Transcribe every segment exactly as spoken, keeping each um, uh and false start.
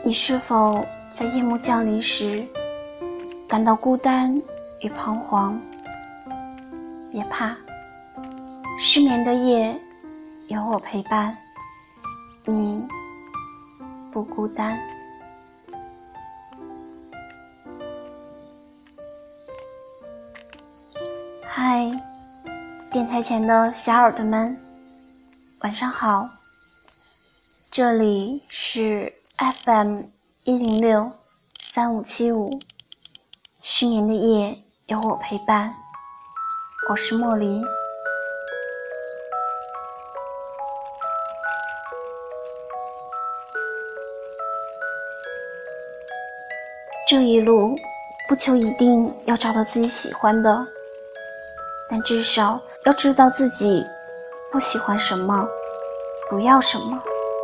你是否在夜幕降临时感到孤单与彷徨？别怕，失眠的夜有我陪伴，你不孤单。嗨，电台前的小耳朵们，晚上好，这里是 F M 一零六三五七五，失眠的夜有我陪伴，我是莫离。这一路不求一定要找到自己喜欢的，但至少要知道自己不喜欢什么，不要什么。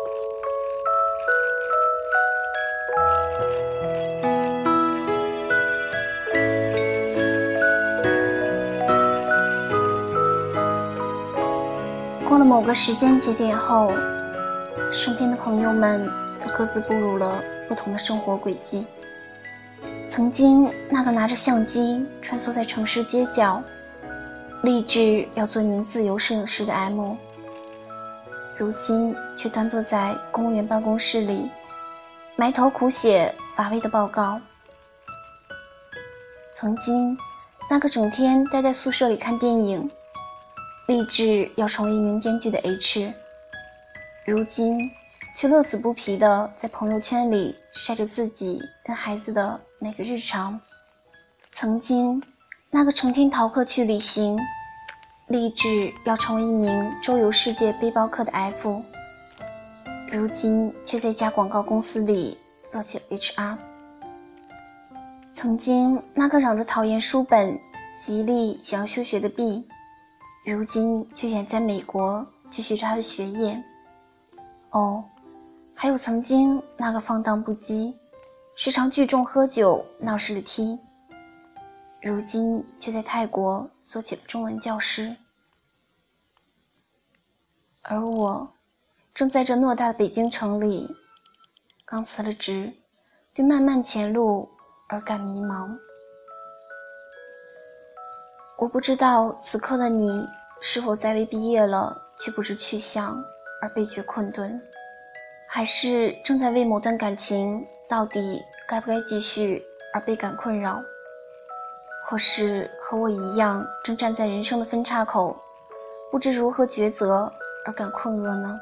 过了某个时间节点后，身边的朋友们都各自步入了不同的生活轨迹。曾经那个拿着相机穿梭在城市街角，立志要做一名自由摄影师的 M， 如今却端坐在公务员办公室里，埋头苦写乏味的报告。曾经那个整天待在宿舍里看电影，立志要成为一名编剧的 H， 如今却乐此不疲地在朋友圈里晒着自己跟孩子的每个日常。曾经那个成天逃课去旅行，立志要成为一名周游世界背包客的 F， 如今却在一家广告公司里做起了 H R。 曾经那个嚷着讨厌书本极力想要休学的 B， 如今却远在美国继续着他的学业。哦，还有曾经那个放荡不羁时常聚众喝酒闹事的 T， 如今却在泰国做起了中文教师。而我正在这偌大的北京城里，刚辞了职，对漫漫前路而感迷茫。我不知道此刻的你是否在为毕业了却不知去向而被觉困顿，还是正在为某段感情到底该不该继续而倍感困扰，或是和我一样正站在人生的分岔口，不知如何抉择而感困厄呢？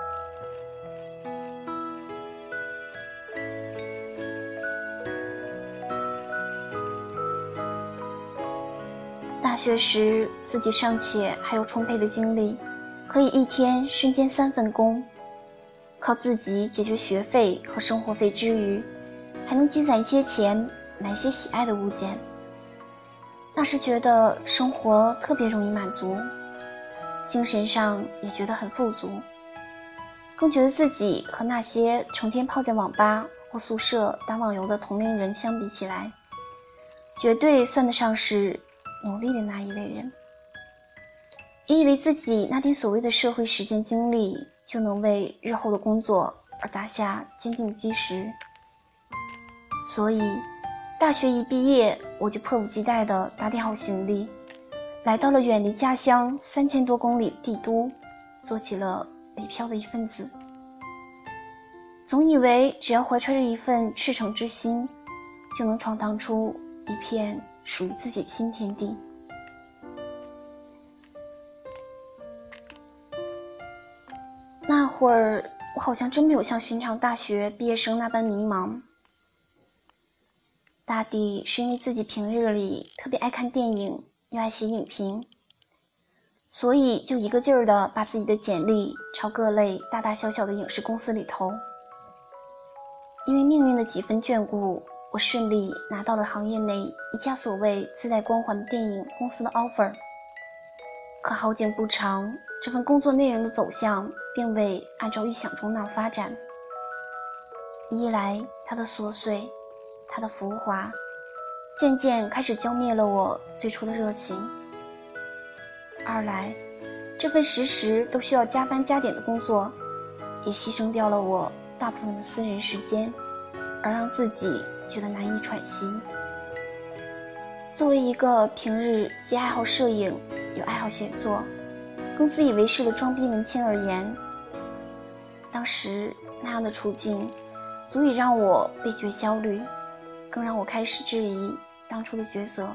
大学时自己尚且还有充沛的精力，可以一天身兼三份工，靠自己解决学费和生活费之余，还能积攒一些钱买一些喜爱的物件。那时觉得生活特别容易满足，精神上也觉得很富足，更觉得自己和那些成天泡在网吧或宿舍打网游的同龄人相比起来，绝对算得上是努力的那一类人。也以为自己那点所谓的社会实践经历就能为日后的工作而打下坚定基石，所以大学一毕业，我就迫不及待地打点好行李，来到了远离家乡三千多公里的帝都，做起了北漂的一份子。总以为只要怀揣着一份赤诚之心，就能闯荡出一片属于自己的新天地。那会儿我好像真没有像寻常大学毕业生那般迷茫，大抵是因为自己平日里特别爱看电影，又爱写影评，所以就一个劲儿地把自己的简历朝各类大大小小的影视公司里投。因为命运的几分眷顾，我顺利拿到了行业内一家所谓自带光环的电影公司的 offer。 可好景不长，这份工作内容的走向并未按照预想中那样发展。一来它的琐碎，它的浮华，渐渐开始浇灭了我最初的热情。二来这份时时都需要加班加点的工作，也牺牲掉了我大部分的私人时间， 而让自己觉得难以喘息。作为一个平日既爱好摄影又爱好写作，更自以为是的装逼文青而言，当时那样的处境足以让我倍觉焦虑，更让我开始质疑当初的抉择。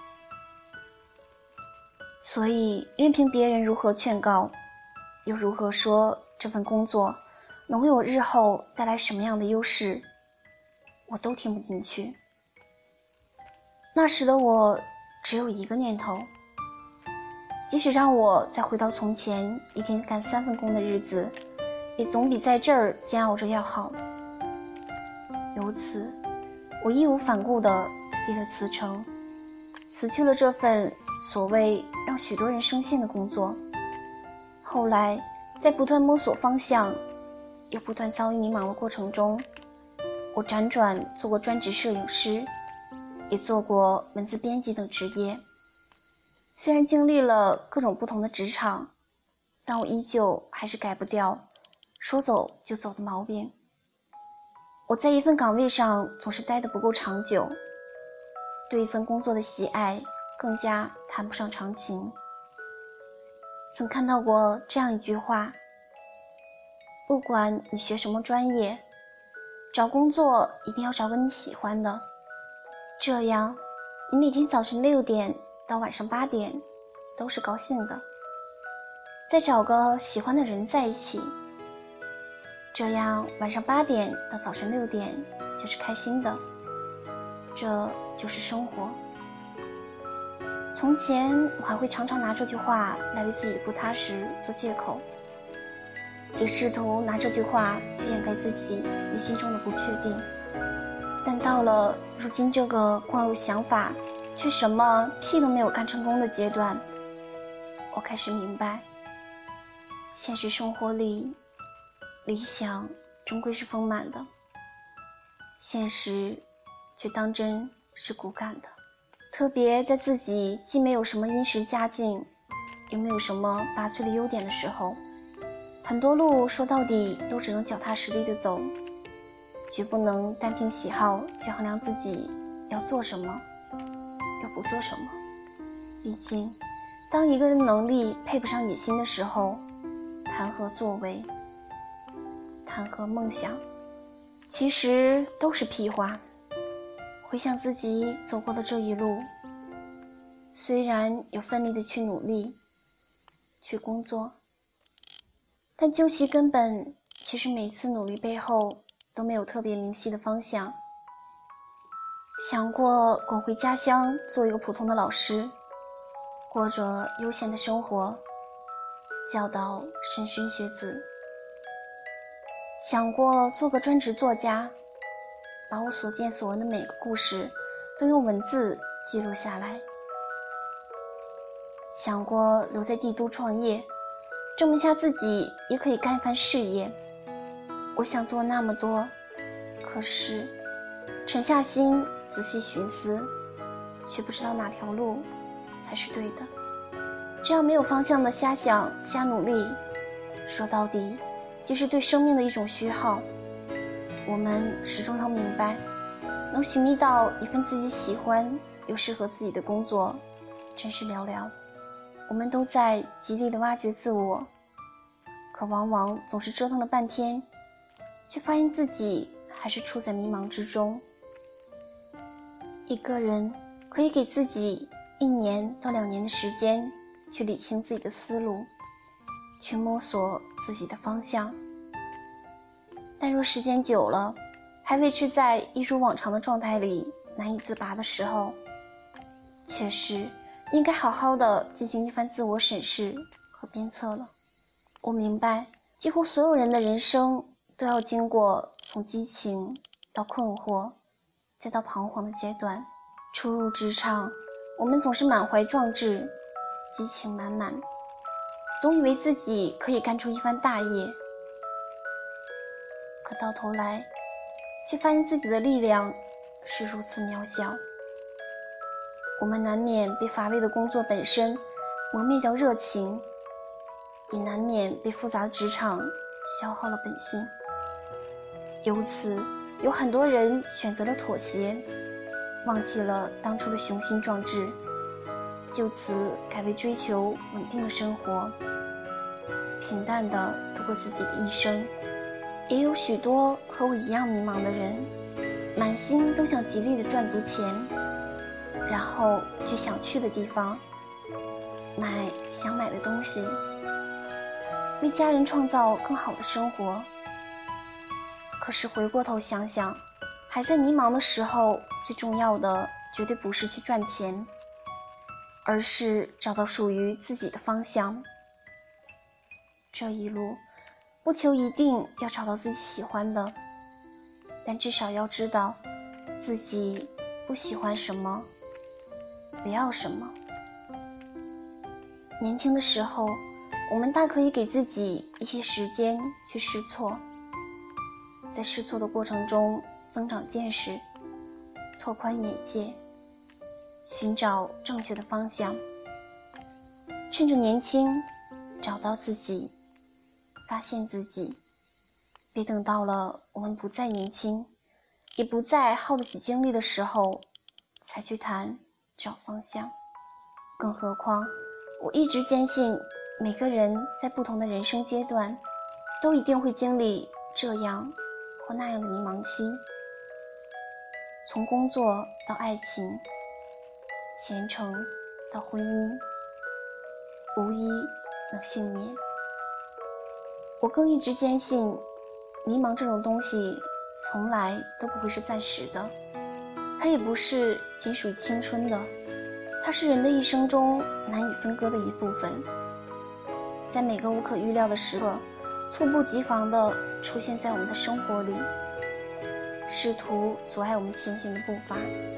所以任凭别人如何劝告，又如何说这份工作能为我日后带来什么样的优势，我都听不进去。那时的我只有一个念头，即使让我再回到从前一天干三份工的日子，也总比在这儿煎熬着要好。由此，我义无反顾地递了辞呈，辞去了这份所谓让许多人生羡的工作。后来在不断摸索方向又不断遭遇迷茫的过程中，我辗转做过专职摄影师，也做过文字编辑等职业。虽然经历了各种不同的职场，但我依旧还是改不掉说走就走的毛病。我在一份岗位上总是待得不够长久，对一份工作的喜爱更加谈不上长情。曾看到过这样一句话，不管你学什么专业，找工作一定要找个你喜欢的，这样你每天早晨六点到晚上八点都是高兴的。再找个喜欢的人在一起，这样晚上八点到早晨六点就是开心的，这就是生活。从前我还会常常拿这句话来为自己的不踏实做借口，也试图拿这句话去掩盖自己内心中的不确定。但到了如今这个光有想法却什么屁都没有干成功的阶段，我开始明白，现实生活里理想终归是丰满的，现实却当真是骨感的。特别在自己既没有什么殷实家境，又没有什么拔萃的优点的时候，很多路说到底都只能脚踏实地的走，绝不能单凭喜好去衡量自己要做什么又不做什么。毕竟当一个人能力配不上野心的时候，谈何作为，谈何梦想，其实都是屁话。回想自己走过的这一路，虽然有奋力的去努力去工作，但究其根本，其实每次努力背后都没有特别明晰的方向。想过滚回家乡做一个普通的老师，过着悠闲的生活，教导莘莘学子。想过做个专职作家，把我所见所闻的每个故事都用文字记录下来。想过留在帝都创业，证明下自己也可以干一番事业。我想做那么多，可是沉下心仔细寻思，却不知道哪条路才是对的。这样没有方向的瞎想瞎努力，说到底就是对生命的一种虚耗。我们始终要明白，能寻觅到一份自己喜欢又适合自己的工作真是寥寥。我们都在极力地挖掘自我，可往往总是折腾了半天，却发现自己还是处在迷茫之中。一个人可以给自己一年到两年的时间去理清自己的思路，去摸索自己的方向。但若时间久了，还维持在一如往常的状态里难以自拔的时候，确实应该好好的进行一番自我审视和鞭策了。我明白，几乎所有人的人生都要经过从激情到困惑再到彷徨的阶段。初入职场，我们总是满怀壮志，激情满满，总以为自己可以干出一番大业，可到头来却发现自己的力量是如此渺小。我们难免被乏味的工作本身磨灭掉热情，也难免被复杂的职场消耗了本性。由此有很多人选择了妥协，忘记了当初的雄心壮志，就此改为追求稳定的生活，平淡地度过自己的一生。也有许多和我一样迷茫的人，满心都想极力地赚足钱，然后去想去的地方，买想买的东西，为家人创造更好的生活。可是回过头想想，还在迷茫的时候，最重要的绝对不是去赚钱，而是找到属于自己的方向。这一路不求一定要找到自己喜欢的，但至少要知道自己不喜欢什么，不要什么。年轻的时候，我们大可以给自己一些时间去试错，在试错的过程中增长见识，拓宽眼界，寻找正确的方向。趁着年轻，找到自己，发现自己，别等到了我们不再年轻，也不再耗得起精力的时候，才去谈找方向。更何况，我一直坚信，每个人在不同的人生阶段，都一定会经历这样或那样的迷茫期。从工作到爱情，前程到婚姻，无一能幸免。我更一直坚信，迷茫这种东西从来都不会是暂时的，它也不是仅属于青春的，它是人的一生中难以分割的一部分，在每个无可预料的时刻，猝不及防地出现在我们的生活里，试图阻碍我们前行的步伐。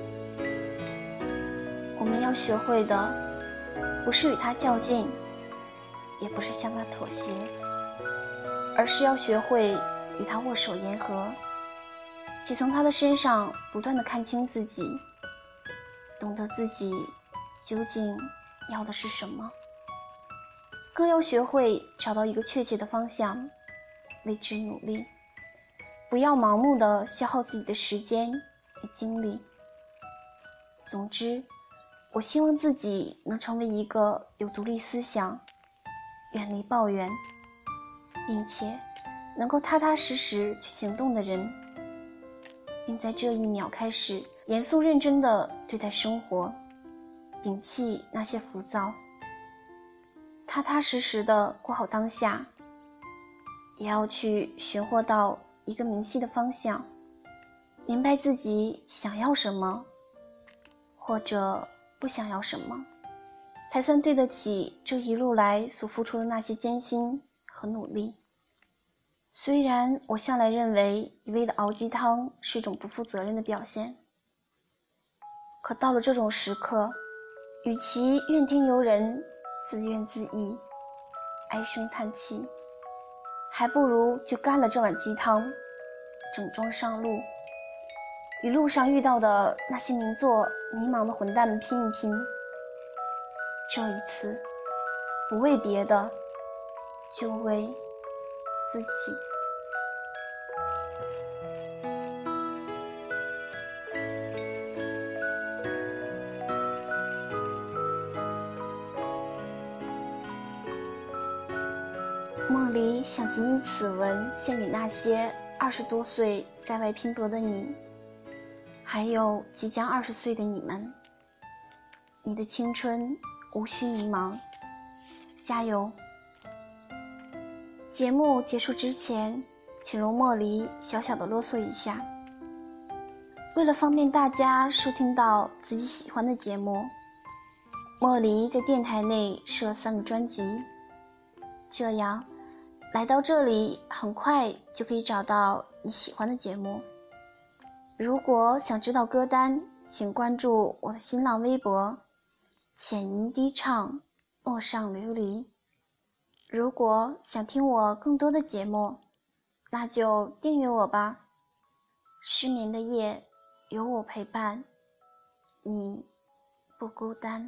我们要学会的，不是与它较劲，也不是向它妥协，而是要学会与它握手言和，且从他的身上不断地看清自己，懂得自己究竟要的是什么，更要学会找到一个确切的方向，为之努力，不要盲目地消耗自己的时间与精力。总之，我希望自己能成为一个有独立思想，远离抱怨，并且能够踏踏实实去行动的人，并在这一秒开始严肃认真地对待生活，摒弃那些浮躁，踏踏实实地过好当下，也要去寻获到一个明晰的方向，明白自己想要什么，或者不想要什么，才算对得起这一路来所付出的那些艰辛和努力。虽然我向来认为一味的熬鸡汤是一种不负责任的表现，可到了这种时刻，与其怨天尤人，自怨自艾，唉声叹气，还不如就干了这碗鸡汤，整装上路，与路上遇到的那些名作迷茫的混蛋们拼一拼。这一次，不为别的，就为自己。梦里想谨以此文献给那些二十多岁在外拼搏的你，还有即将二十岁的你们。你的青春无需迷茫，加油！节目结束之前，请容莫离小小的啰嗦一下。为了方便大家收听到自己喜欢的节目，莫离在电台内设了三个专辑，这样来到这里很快就可以找到你喜欢的节目。如果想知道歌单，请关注我的新浪微博浅吟低唱陌上琉璃。如果想听我更多的节目，那就订阅我吧。失眠的夜有我陪伴，你不孤单。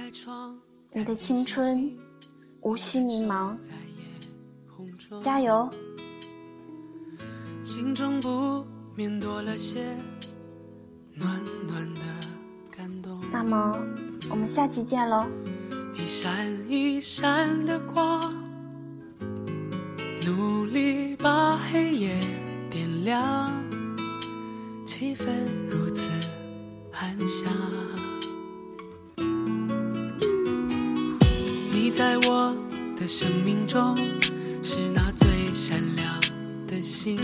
你的青春无需迷茫，加油！ 心中不免多了些暖暖的感动。 那么我们下期见喽！ 一闪一闪的光，努力把黑夜点亮，气氛如此安详。你在我的生命中是那最闪亮的星，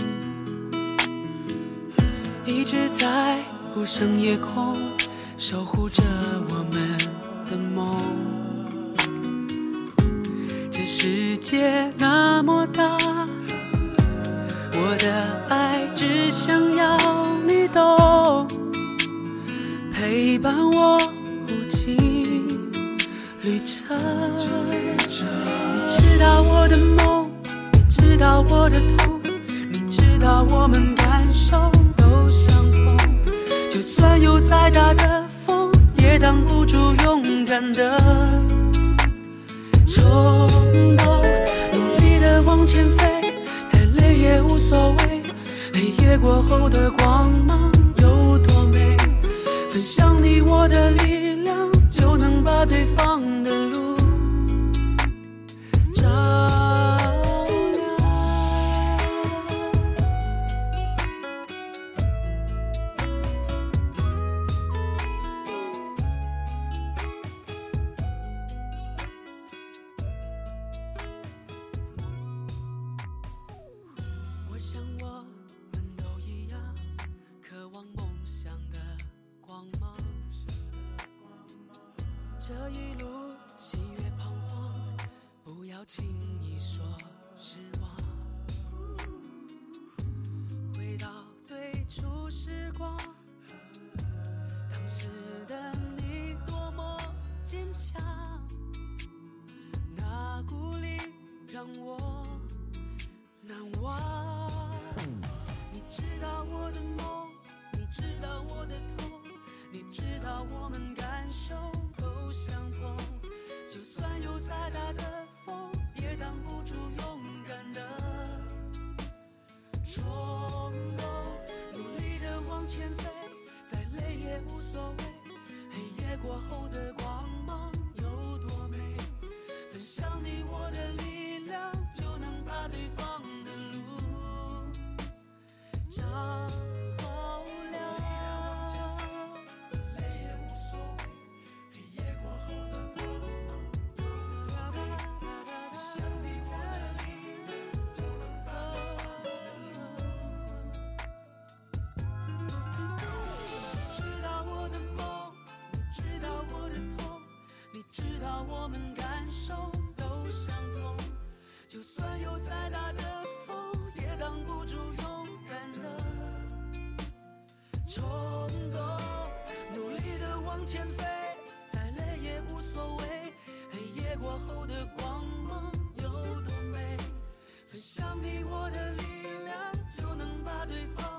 一直在不胜夜空守护着我们的梦。这世界那么大，我的爱只想要你懂，陪伴我无尽旅程。你知道我的梦，你知道我的痛，你知道我们感受都相同。就算有再大的风，也挡不住勇敢的冲动。努力的往前飞，再累也无所谓。黑夜过后的光芒有多美？分享你我的力量，就能把对方的路照亮。我想我们都一样，渴望梦想的光芒。这一路喜悦彷徨，不要轻易说失望。回到最初时光，当时的你多么坚强，那鼓励让我难忘。你知道我的梦，你知道我的痛，你知道我们感受都相同。就算有再大的风，也挡不住勇敢的冲动。努力的往前飞，再累也无所谓。黑夜过后的光芒有多美？分享你我的力量，就能把对方的路照亮。再累也无所谓，黑夜过后的光芒有多美？分享你我的力量，就能把对方的路。你知道我的梦，你知道我的痛，你知道我们感受都相同。就算有再大的风，也挡不住勇敢的冲动。努力的往前飞，再累也无所谓。黑夜过后的光芒有多美？分享你我的力量，就能把对方